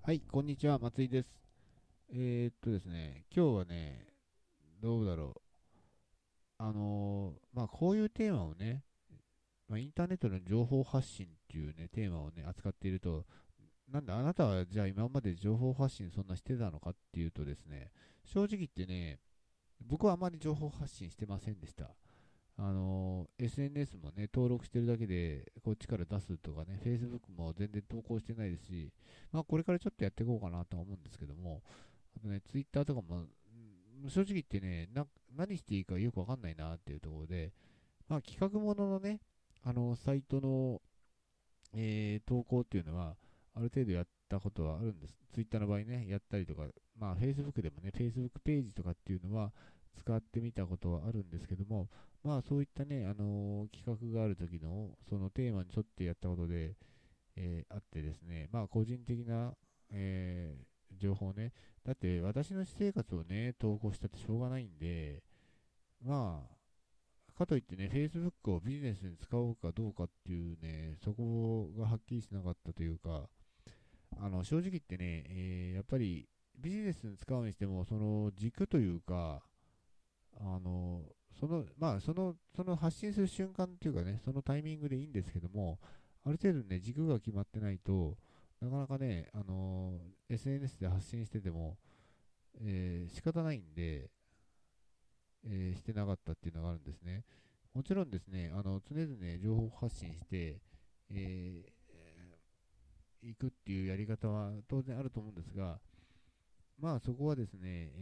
はい、こんにちは、松井です。ですね、今日はね、どうだろう。こういうテーマをね、インターネットの情報発信っていうね、テーマをね、扱っていると、なんであなたはじゃあ今まで情報発信そんなしてたのかっていうとですね、正直言ってね、僕はあまり情報発信してませんでした。SNS もね、登録してるだけで、こっちから出すとかね、Facebook も全然投稿してないですし、これからちょっとやっていこうかなとは思うんですけども、あとね、Twitter とかも、正直言ってね、何していいかよくわかんないなっていうところで、企画もののね、サイトの、投稿っていうのは、ある程度やったことはあるんです。Twitter の場合ね、やったりとか、Facebook でもね、Facebook ページとかっていうのは、使ってみたことはあるんですけども、そういったね、企画がある時の、そのテーマに沿ってやったことで、あってですね、個人的な、情報ね、だって私の私生活をね、投稿したってしょうがないんで、かといってね、Facebook をビジネスに使おうかどうかっていうね、そこがはっきりしなかったというか、正直言ってね、やっぱりビジネスに使うにしても、その軸というか、その発信する瞬間っていうかね、そのタイミングでいいんですけども、ある程度ね、軸が決まってないと、なかなかね、SNS で発信してても、仕方ないんで、してなかったっていうのがあるんですね。もちろんですね、常々情報発信して、えいくっていうやり方は当然あると思うんですが、そこはですね、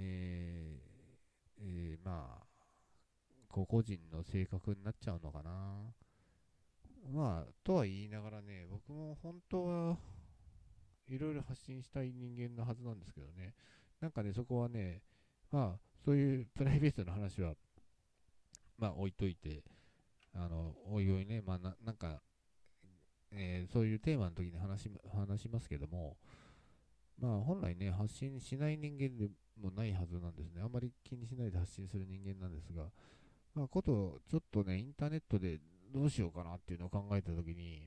個々人の性格になっちゃうのかな。とは言いながらね、僕も本当はいろいろ発信したい人間のはずなんですけどね、なんかね、そこはね、そういうプライベートの話は、置いといて、おいおいね、なんか、そういうテーマの時に話しますけども、本来ね、発信しない人間でもないはずなんですね。あんまり気にしないで発信する人間なんですが、ちょっとね、インターネットでどうしようかなっていうのを考えた時に、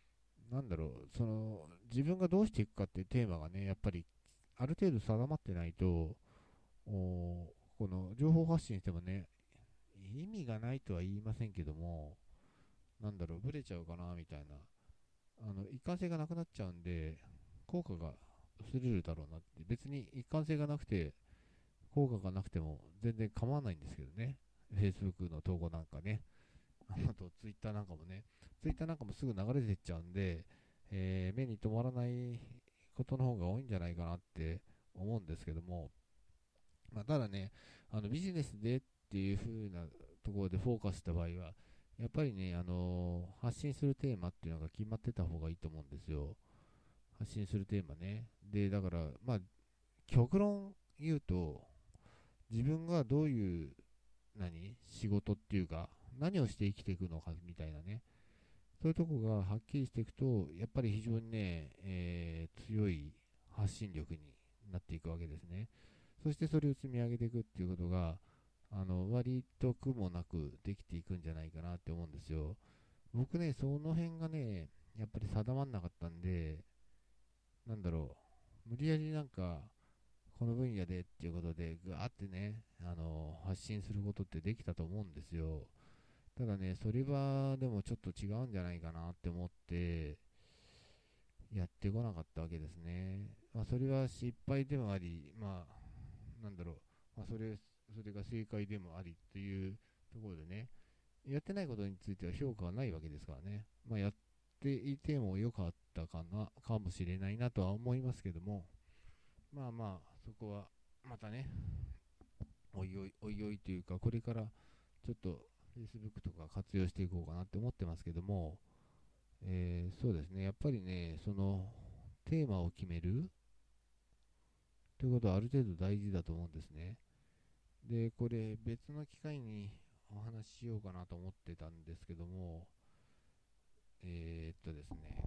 自分がどうしていくかっていうテーマがね、やっぱりある程度定まってないと、この情報発信してもね、意味がないとは言いませんけども、ブレちゃうかなみたいな、一貫性がなくなっちゃうんで、効果が薄れるだろうなって、別に一貫性がなくて、効果がなくても全然構わないんですけどね、Facebook の投稿なんかね、あと Twitter なんかもね、Twitter なんかもすぐ流れていっちゃうんで、目に留まらないことの方が多いんじゃないかなって思うんですけども、ただね、ビジネスでっていう風なところでフォーカスした場合は、やっぱりね、発信するテーマっていうのが決まってた方がいいと思うんですよ。発信するテーマね。で、だから、極論言うと、自分がどういう仕事っていうか、何をして生きていくのかみたいなね、そういうとこがはっきりしていくと、やっぱり非常にね、強い発信力になっていくわけですね。そしてそれを積み上げていくっていうことが、割と苦もなくできていくんじゃないかなって思うんですよ。僕ね、その辺がね、やっぱり定まんなかったんで、無理やりこの分野でっていうことで、ぐわーってね、発信することってできたと思うんですよ。ただね、それはでもちょっと違うんじゃないかなって思って、やってこなかったわけですね。それは失敗でもあり、なんだろう、それが正解でもありというところでね、やってないことについては評価はないわけですからね。やっていてもよかったかもしれないなとは思いますけども、そこはまたね、おいおいというか、これからちょっと Facebook とか活用していこうかなって思ってますけども、そうですね、やっぱりね、そのテーマを決めるということはある程度大事だと思うんですね。で、これ別の機会にお話ししようかなと思ってたんですけども、ですね、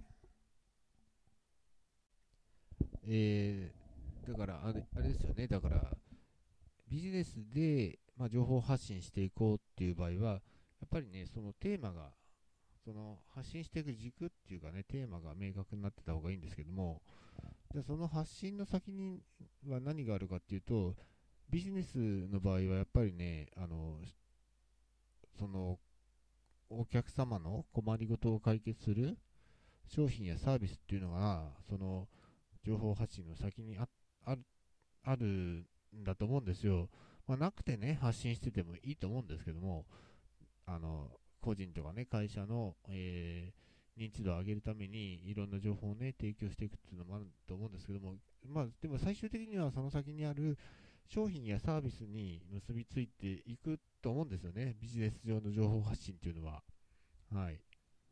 だからあれですよね、だからビジネスで、情報発信していこうっていう場合は、やっぱりね、そのテーマが、その発信していく軸っていうかね、テーマが明確になってた方がいいんですけども、 じゃあその発信の先には何があるかっていうと、ビジネスの場合はやっぱりね、そのお客様の困りごとを解決する商品やサービスっていうのが、その情報発信の先にあるあるんだと思うんですよ。まあ、なくてね、発信しててもいいと思うんですけども、あの個人とかね、会社の、認知度を上げるためにいろんな情報をね、提供していくっていうのもあると思うんですけども、まあ、でも最終的にはその先にある商品やサービスに結びついていくと思うんですよね、ビジネス上の情報発信っていうのは。はい。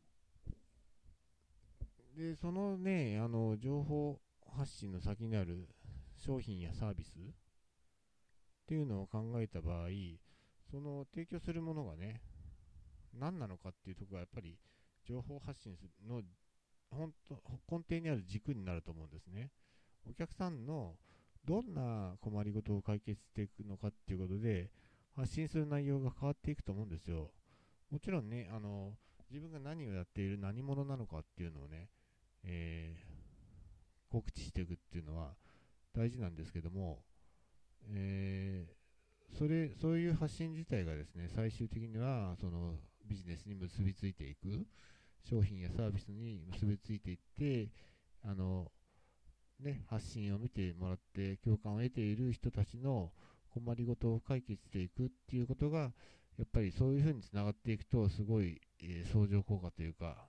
で、そのね、情報発信の先にある商品やサービスっていうのを考えた場合、その提供するものがね、何なのかっていうところがやっぱり情報発信の本当根底にある軸になると思うんですね。お客さんのどんな困りごとを解決していくのかっていうことで、発信する内容が変わっていくと思うんですよ。もちろんね、自分が何をやっている何者なのかっていうのをね、え告知していくっていうのは大事なんですけども、えそういう発信自体がですね、最終的にはそのビジネスに結びついていく、商品やサービスに結びついていって、あの発信を見てもらって共感を得ている人たちの困りごとを解決していくっていうことが、やっぱりそういうふうにつながっていくと、すごい、相乗効果というか、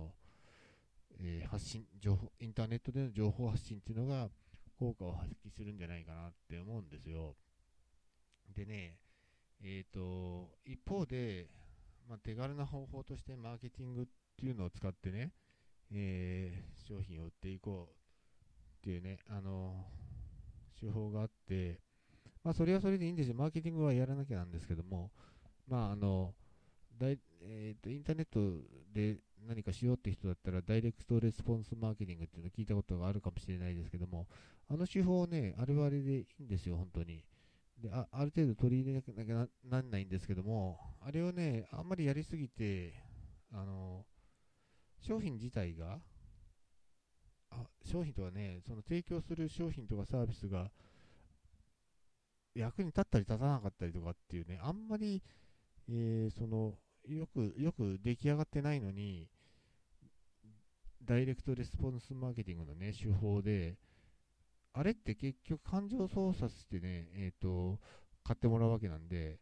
発信情報、インターネットでの情報発信っていうのが効果を発揮するんじゃないかなって思うんですよ。でね、一方で、まあ、手軽な方法としてマーケティングっていうのを使ってね、商品を売っていこうっていうね、手法があって、まあ、それはそれでいいんですよ。マーケティングはやらなきゃなんですけども、まあ、インターネットで何かしようって人だったら、ダイレクトレスポンスマーケティングっていうのを聞いたことがあるかもしれないですけども、あの手法ね、あれはあれでいいんですよ、本当に。で、ある程度取り入れなきゃなんないんですけども、あれをね、あんまりやりすぎて、あの、商品自体が、商品とかね、その提供する商品とかサービスが役に立ったり立たなかったりとかっていうね、あんまり、その、よく出来上がってないのに、ダイレクトレスポンスマーケティングのね、手法で、あれって結局感情操作してね、買ってもらうわけなんで、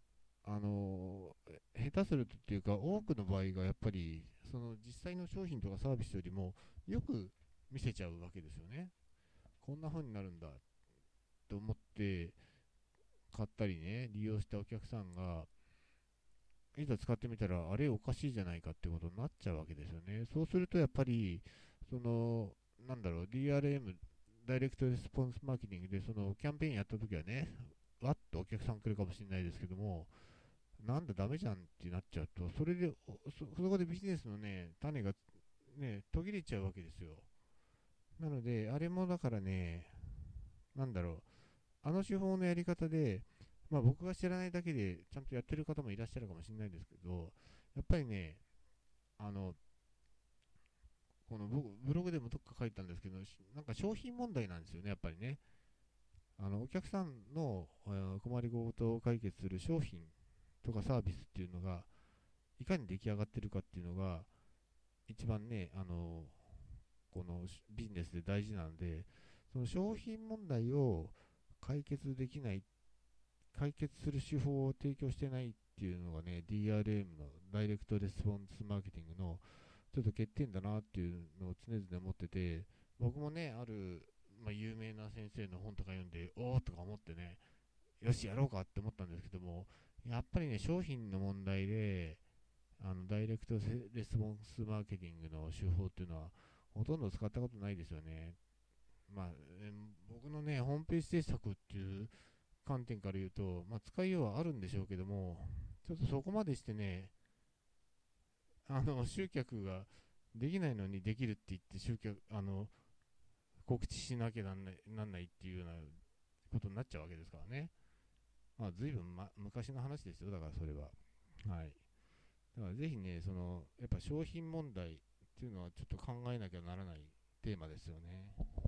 下手するとっていうか、多くの場合がやっぱり、その実際の商品とかサービスよりも、よく見せちゃうわけですよね。こんな風になるんだと思って買ったりね、利用したお客さんが、いざ使ってみたら、あれおかしいじゃないかってことになっちゃうわけですよね。そうするとやっぱり、その、なんだろう、DRM、ダイレクトレスポンスマーケティングで、そのキャンペーンやった時はね、わっとお客さん来るかもしれないですけども、なんだダメじゃんってなっちゃうと、それで、そこでビジネスのね、種がね、途切れちゃうわけですよ。なので、あれもだからね、なんだろう、あの手法のやり方で、まあ僕が知らないだけで、ちゃんとやってる方もいらっしゃるかもしれないですけど、やっぱりね、あの、このブログでもどっか書いたんですけど、なんか商品問題なんですよね、やっぱりね。お客さんの困りごとを解決する商品とかサービスっていうのが、いかに出来上がってるかっていうのが、一番ね、このビジネスで大事なので、その商品問題を解決できない、解決する手法を提供してないっていうのがね、DRM のダイレクトレスポンスマーケティングのちょっと欠点だなっていうのを常々思ってて、僕もね、ある、まあ、有名な先生の本とか読んで、おーとか思ってね、よし、やろうかって思ったんですけども、やっぱりね、商品の問題で、ダイレクトレスポンスマーケティングの手法っていうのは、ほとんど使ったことないですよね。まあ、僕のね、ホームページ制作っていう観点から言うと、まあ、使いようはあるんでしょうけども、ちょっとそこまでしてね、集客ができないのにできるって言って告知しなきゃなんないっていうようなことになっちゃうわけですからね。まあ、随分、昔の話ですよ、だからそれは。はい。だからぜひね、やっぱ商品問題っていうのはちょっと考えなきゃならないテーマですよね。